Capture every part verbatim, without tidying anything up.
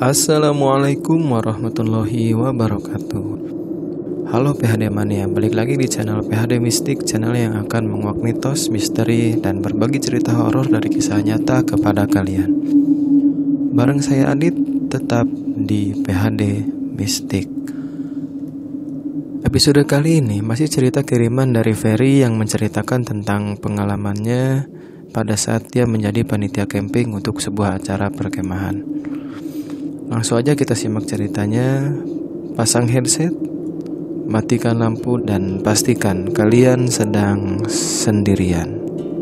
Assalamualaikum warahmatullahi wabarakatuh. Halo P H D Mania, balik lagi di channel P H D Mistik, channel yang akan menguak mitos, misteri, dan berbagi cerita horor dari kisah nyata kepada kalian. Bareng saya Adit, tetap di P H D Mistik. Episode kali ini masih cerita kiriman dari Ferry yang menceritakan tentang pengalamannya pada saat dia menjadi panitia camping untuk sebuah acara perkemahan. Langsung aja kita simak ceritanya. Pasang headset, matikan lampu, dan pastikan kalian sedang sendirian.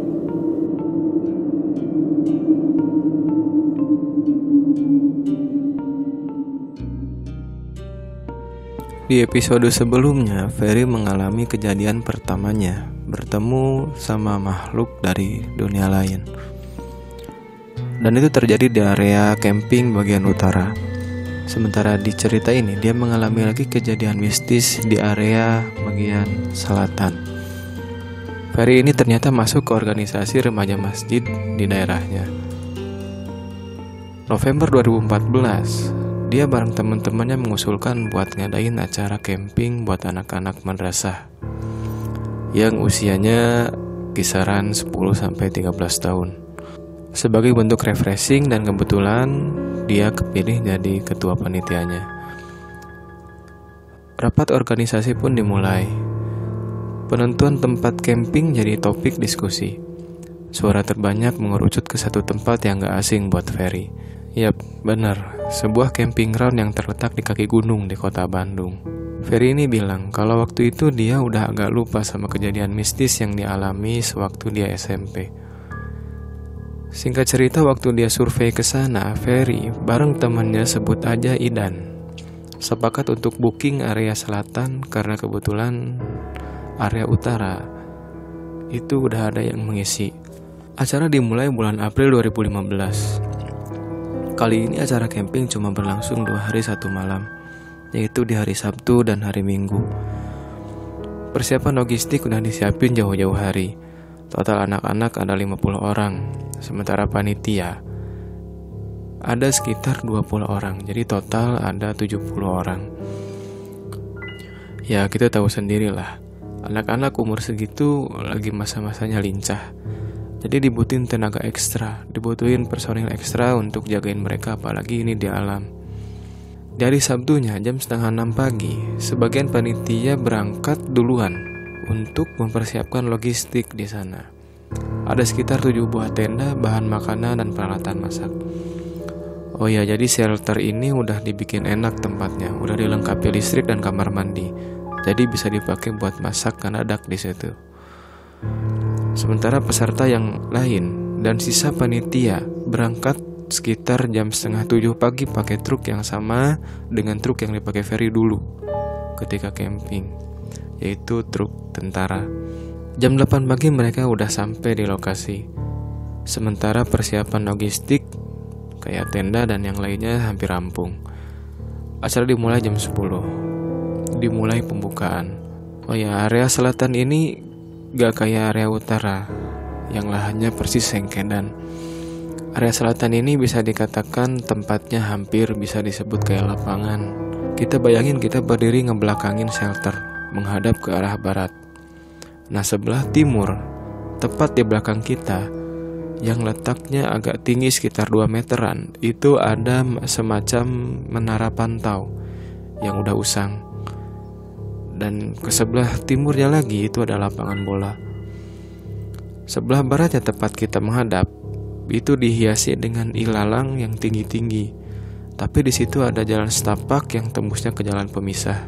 Di episode sebelumnya, Ferry mengalami kejadian pertamanya bertemu sama makhluk dari dunia lain. Dan itu terjadi di area camping bagian utara. Sementara di cerita ini dia mengalami lagi kejadian mistis di area bagian selatan. Ferry ini ternyata masuk ke organisasi remaja masjid di daerahnya. November dua ribu empat belas, dia bareng teman-temannya mengusulkan buat ngadain acara camping buat anak-anak madrasah yang usianya kisaran sepuluh sampai tiga belas tahun. Sebagai bentuk refreshing, dan kebetulan dia kepilih jadi ketua panitianya. Rapat organisasi pun dimulai. Penentuan tempat camping jadi topik diskusi. Suara terbanyak mengerucut ke satu tempat yang gak asing buat Ferry. Yap, benar, sebuah camping ground yang terletak di kaki gunung di kota Bandung. Ferry ini bilang kalau waktu itu dia udah agak lupa sama kejadian mistis yang dialami sewaktu dia S M P. Singkat cerita, waktu dia survei ke sana, Ferry bareng temannya sebut aja Idan sepakat untuk booking area selatan karena kebetulan area utara itu udah ada yang mengisi. Acara dimulai bulan April dua ribu lima belas. Kali ini acara camping cuma berlangsung dua hari satu malam, yaitu di hari Sabtu dan hari Minggu. Persiapan logistik udah disiapin jauh-jauh hari. Total anak-anak ada lima puluh orang, sementara panitia ada sekitar dua puluh orang. Jadi total ada tujuh puluh orang. Ya, kita tahu sendirilah, anak-anak umur segitu lagi masa-masanya lincah. Jadi dibutuhin tenaga ekstra, dibutuhin personil ekstra untuk jagain mereka, apalagi ini di alam. Dari Sabtunya jam setengah enam pagi, sebagian panitia berangkat duluan untuk mempersiapkan logistik di sana. Ada sekitar tujuh buah tenda, bahan makanan, dan peralatan masak. Oh ya, jadi shelter ini udah dibikin enak tempatnya, udah dilengkapi listrik dan kamar mandi. Jadi bisa dipakai buat masak karena ada di situ. Sementara peserta yang lain dan sisa panitia berangkat sekitar jam setengah tujuh pagi pakai truk yang sama dengan truk yang dipakai Ferry dulu ketika camping, yaitu truk tentara. Jam delapan pagi mereka udah sampai di lokasi. Sementara persiapan logistik kayak tenda dan yang lainnya hampir rampung. Acara dimulai jam sepuluh. Dimulai pembukaan. Oh ya, area selatan ini gak kayak area utara yang lahannya persis sengkedan. Area selatan ini bisa dikatakan tempatnya hampir bisa disebut kayak lapangan. Kita bayangin kita berdiri ngebelakangin shelter menghadap ke arah barat. Nah, sebelah timur, tepat di belakang kita, yang letaknya agak tinggi sekitar dua meteran, itu ada semacam menara pantau yang udah usang. Dan ke sebelah timurnya lagi itu ada lapangan bola. Sebelah baratnya tepat kita menghadap, itu dihiasi dengan ilalang yang tinggi-tinggi. Tapi di situ ada jalan setapak yang tembusnya ke jalan pemisah.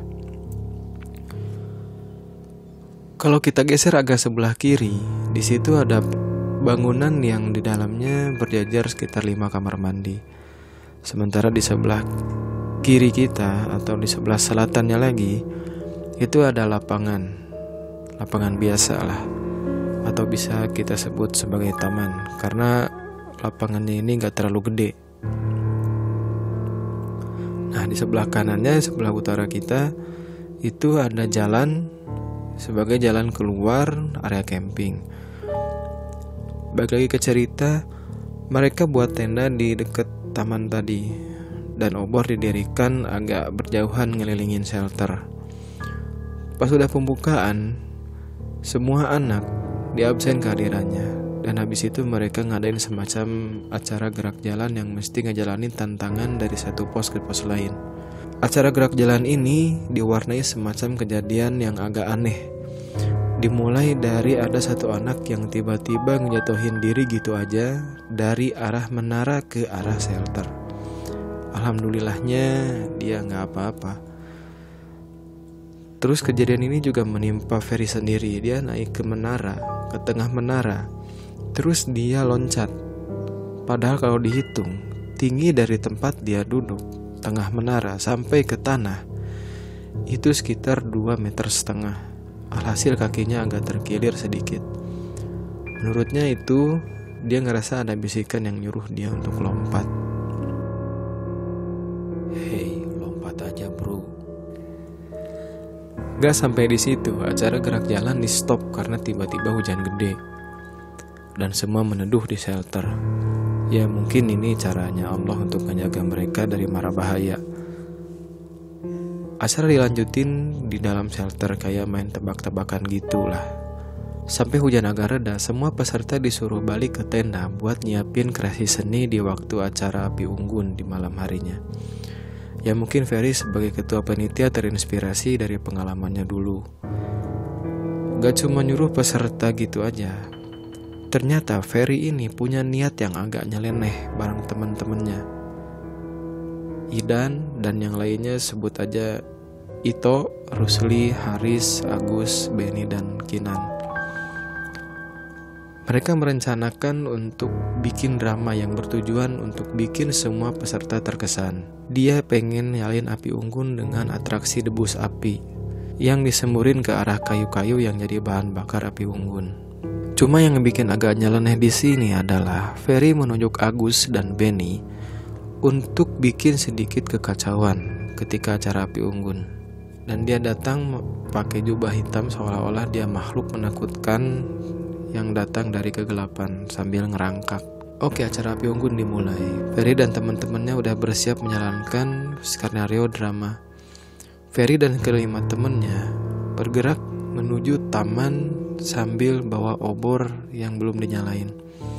Kalau kita geser agak sebelah kiri, di situ ada bangunan yang di dalamnya berjajar sekitar lima kamar mandi. Sementara di sebelah kiri kita atau di sebelah selatannya lagi itu ada lapangan, lapangan biasa lah, atau bisa kita sebut sebagai taman karena lapangannya ini gak terlalu gede. Nah, di sebelah kanannya, sebelah utara kita itu ada jalan sebagai jalan keluar area camping. Balik lagi ke cerita, mereka buat tenda di dekat taman tadi, dan obor didirikan agak berjauhan ngelilingin shelter. Pas sudah pembukaan, semua anak diabsen kehadirannya, dan habis itu mereka ngadain semacam acara gerak jalan yang mesti ngejalanin tantangan dari satu pos ke pos lain. Acara gerak jalan ini diwarnai semacam kejadian yang agak aneh. Dimulai dari ada satu anak yang tiba-tiba ngejatuhin diri gitu aja dari arah menara ke arah shelter. Alhamdulillahnya dia gak apa-apa. Terus kejadian ini juga menimpa Ferry sendiri. Dia naik ke menara, ke tengah menara, terus dia loncat. Padahal kalau dihitung, tinggi dari tempat dia duduk, tengah menara, sampai ke tanah, itu sekitar dua meter setengah. Alhasil kakinya agak terkilir sedikit. Menurutnya itu, dia ngerasa ada bisikan yang nyuruh dia untuk lompat. Hei, lompat aja bro. Gak sampai di situ, acara gerak jalan di stop karena tiba-tiba hujan gede. Dan semua meneduh di shelter. Ya mungkin ini caranya Allah untuk menjaga mereka dari mara bahaya. Acara dilanjutin di dalam shelter kayak main tebak-tebakan gitulah. Sampai hujan agak reda, semua peserta disuruh balik ke tenda buat nyiapin kreasi seni di waktu acara api unggun di malam harinya. Ya mungkin Ferry sebagai ketua panitia terinspirasi dari pengalamannya dulu. Gak cuma nyuruh peserta gitu aja. Ternyata Ferry ini punya niat yang agak nyeleneh bareng temen-temennya. Idan dan yang lainnya sebut aja Ito, Rusli, Haris, Agus, Benny, dan Kinan. Mereka merencanakan untuk bikin drama yang bertujuan untuk bikin semua peserta terkesan. Dia pengen nyalin api unggun dengan atraksi debus api yang disemburin ke arah kayu-kayu yang jadi bahan bakar api unggun. Cuma yang bikin agak nyeleneh di sini adalah Ferry menunjuk Agus dan Benny untuk bikin sedikit kekacauan ketika acara api unggun. Dan dia datang pakai jubah hitam seolah-olah dia makhluk menakutkan yang datang dari kegelapan sambil ngerangkak. Oke, acara api unggun dimulai. Ferry dan teman-temannya udah bersiap menjalankan skenario drama. Ferry dan kelima temannya bergerak menuju taman sambil bawa obor yang belum dinyalain.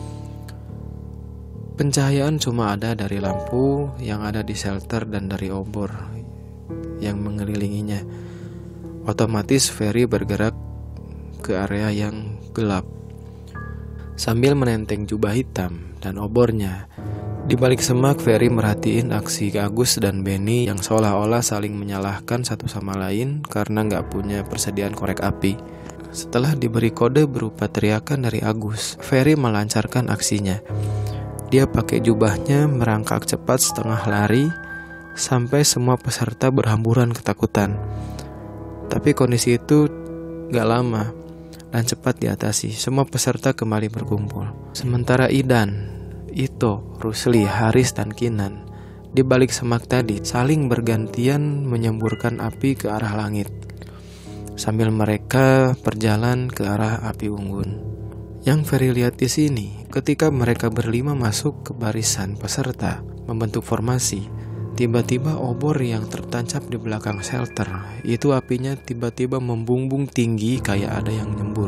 Pencahayaan cuma ada dari lampu yang ada di shelter dan dari obor yang mengelilinginya. Otomatis Ferry bergerak ke area yang gelap sambil menenteng jubah hitam dan obornya. Di balik semak, Ferry merhatiin aksi Agus dan Benny yang seolah-olah saling menyalahkan satu sama lain karena gak punya persediaan korek api. Setelah diberi kode berupa teriakan dari Agus, Ferry melancarkan aksinya. Dia pakai jubahnya merangkak cepat setengah lari sampai semua peserta berhamburan ketakutan. Tapi kondisi itu gak lama dan cepat diatasi. Semua peserta kembali berkumpul. Sementara Idan, Ito, Rusli, Haris, dan Kinan di balik semak tadi saling bergantian menyemburkan api ke arah langit sambil mereka berjalan ke arah api unggun. Yang Ferry lihat di sini, ketika mereka berlima masuk ke barisan peserta membentuk formasi, tiba-tiba obor yang tertancap di belakang shelter itu apinya tiba-tiba membumbung tinggi kayak ada yang nyembur.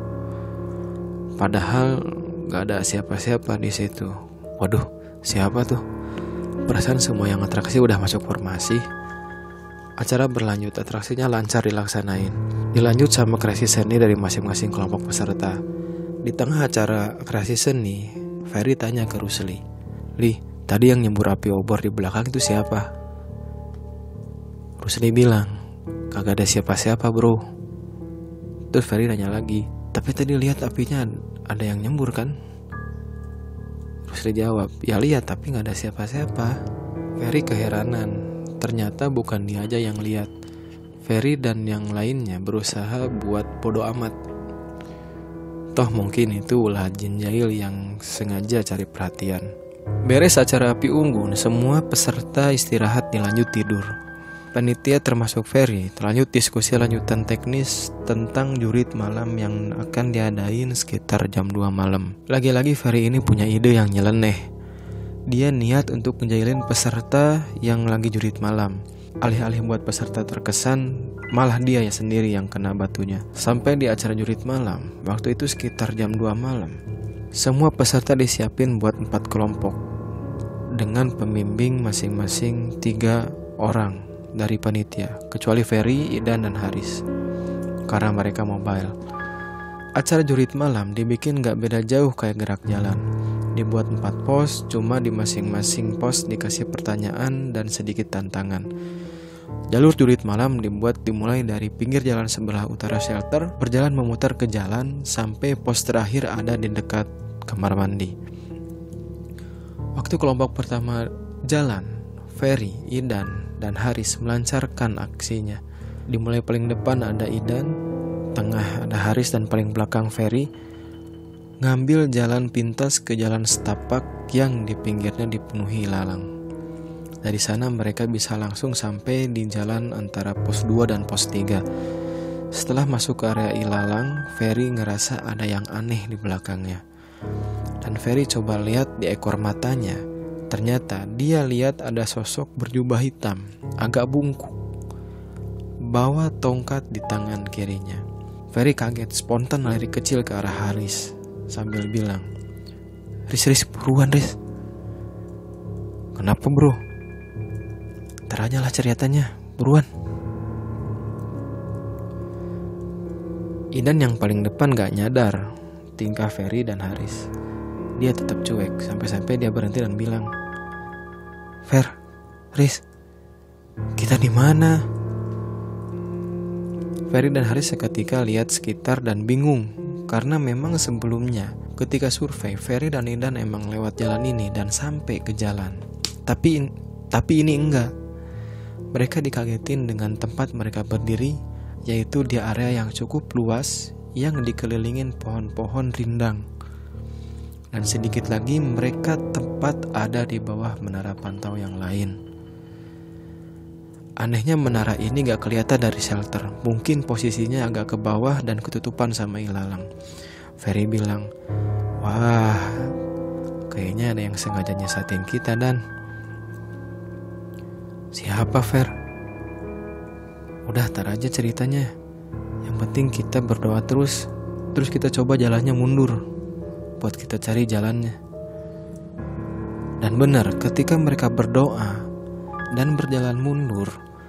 Padahal gak ada siapa-siapa di situ. Waduh, siapa tuh? Perasaan semua yang atraksi udah masuk formasi. Acara berlanjut, atraksinya lancar dilaksanain. Dilanjut sama kreasi seni dari masing-masing kelompok peserta. Di tengah acara kreasi seni, Ferry tanya ke Rusli, "Li, tadi yang nyembur api obor di belakang itu siapa?" Rusli bilang, "Kagak ada siapa-siapa bro." Terus Ferry nanya lagi, "Tapi tadi lihat apinya ada yang nyembur kan?" Rusli jawab, "Ya lihat tapi gak ada siapa-siapa." Ferry keheranan, ternyata bukan dia aja yang lihat. Ferry dan yang lainnya berusaha buat bodo amat. Toh mungkin itu ulah jin jahil yang sengaja cari perhatian. Beres acara api unggun, semua peserta istirahat dilanjut tidur. Panitia termasuk Ferry terlanjut diskusi lanjutan teknis tentang jurit malam yang akan diadain sekitar jam dua malam. Lagi-lagi Ferry ini punya ide yang nyeleneh. dia niat untuk ngejailin peserta yang lagi jurit malam. Alih-alih buat peserta terkesan, malah dia ya sendiri yang kena batunya. Sampai di acara jurit malam, waktu itu sekitar jam dua malam. Semua peserta disiapin buat empat kelompok dengan pembimbing masing-masing tiga orang dari panitia, kecuali Ferry, Idan, dan Haris karena mereka mobile. Acara jurit malam dibikin gak beda jauh kayak gerak jalan. Dibuat empat pos, cuma di masing-masing pos dikasih pertanyaan dan sedikit tantangan. Jalur jurit malam dibuat dimulai dari pinggir jalan sebelah utara shelter, berjalan memutar ke jalan sampai pos terakhir ada di dekat kamar mandi. Waktu kelompok pertama jalan, Ferry, Idan, dan Haris melancarkan aksinya. Dimulai paling depan ada Idan, tengah ada Haris, dan paling belakang Ferry. Ngambil jalan pintas ke jalan setapak yang di pinggirnya dipenuhi ilalang. Dari sana mereka bisa langsung sampai di jalan antara pos dua dan pos tiga. Setelah masuk ke area ilalang, Ferry ngerasa ada yang aneh di belakangnya. Dan Ferry coba lihat di ekor matanya. Ternyata dia lihat ada sosok berjubah hitam, agak bungkuk, bawa tongkat di tangan kirinya. Ferry kaget, spontan lari kecil ke arah Haris sambil bilang, "Riz, Riz, buruan Riz." "Kenapa bro?" "Ntar aja lah ceritanya, buruan." Idan yang paling depan gak nyadar tingkah Ferry dan Haris. Dia tetap cuek, sampai-sampai dia berhenti dan bilang, "Fer, Riz, kita di mana?" Ferry dan Haris seketika lihat sekitar dan bingung, karena memang sebelumnya ketika survei Ferry dan Idan emang lewat jalan ini dan sampai ke jalan. Tapi tapi ini enggak. Mereka dikagetin dengan tempat mereka berdiri, yaitu di area yang cukup luas yang dikelilingin pohon-pohon rindang. Dan sedikit lagi mereka tepat ada di bawah menara pantau yang lain. Anehnya menara ini gak kelihatan dari shelter. Mungkin posisinya agak ke bawah dan ketutupan sama ilalang. Ferry bilang, "Wah, kayaknya ada yang sengaja nyesatin kita Dan." "Siapa Fer?" "Udah tar aja ceritanya. Yang penting kita berdoa terus. Terus kita coba jalannya mundur buat kita cari jalannya." Dan benar, ketika mereka berdoa dan berjalan mundur,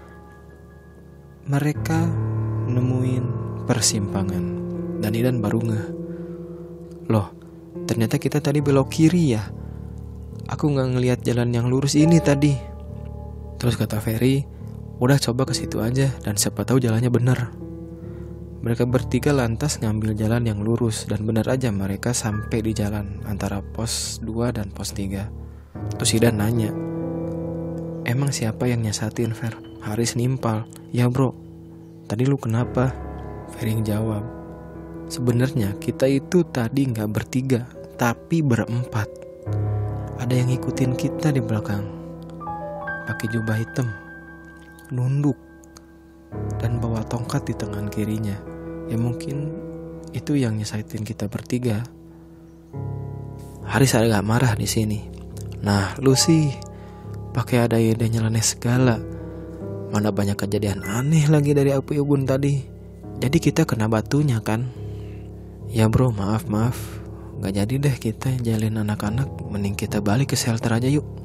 mereka nemuin persimpangan. Dan Idan baru ngeh, "Loh, ternyata kita tadi belok kiri ya. Aku gak ngelihat jalan yang lurus ini tadi." Terus kata Ferry, "Udah coba ke situ aja dan siapa tahu jalannya benar." Mereka bertiga lantas ngambil jalan yang lurus, dan benar aja mereka sampai di jalan antara pos dua dan pos tiga. Terus Idan nanya, "Emang siapa yang nyesatin Fer?" Haris nimpal, "Ya bro, tadi lu kenapa?" Ferry jawab, "Sebenarnya kita itu tadi gak bertiga, tapi berempat. Ada yang ngikutin kita di belakang, pakai jubah hitam, nunduk, dan bawa tongkat di tangan kirinya. Ya mungkin itu yang nyesatin kita bertiga." Haris agak marah di sini. "Nah lu sih pakai ada ide nyeleneh segala. Mana banyak kejadian aneh lagi dari Apu Ubun tadi. Jadi kita kena batunya kan?" "Ya bro, maaf maaf. Gak jadi deh kita jalin anak-anak. Mending kita balik ke shelter aja yuk."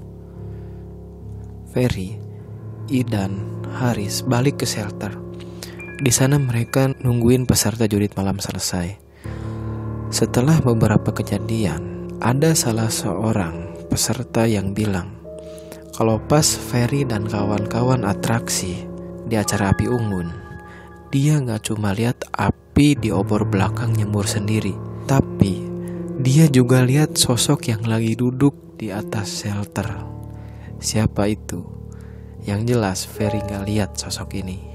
Ferry, Idan, Haris balik ke shelter. Di sana mereka nungguin peserta jurit malam selesai. Setelah beberapa kejadian, ada salah seorang peserta yang bilang kalau pas Ferry dan kawan-kawan atraksi di acara api unggun, dia gak cuma lihat api di obor belakang nyembur sendiri, tapi dia juga lihat sosok yang lagi duduk di atas shelter. Siapa itu? Yang jelas Ferry gak lihat sosok ini.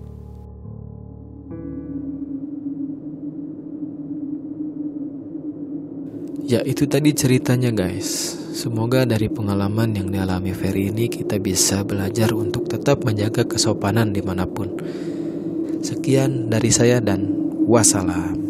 Ya itu tadi ceritanya guys. Semoga dari pengalaman yang dialami Ferry ini kita bisa belajar untuk tetap menjaga kesopanan dimanapun. Sekian dari saya dan wassalam.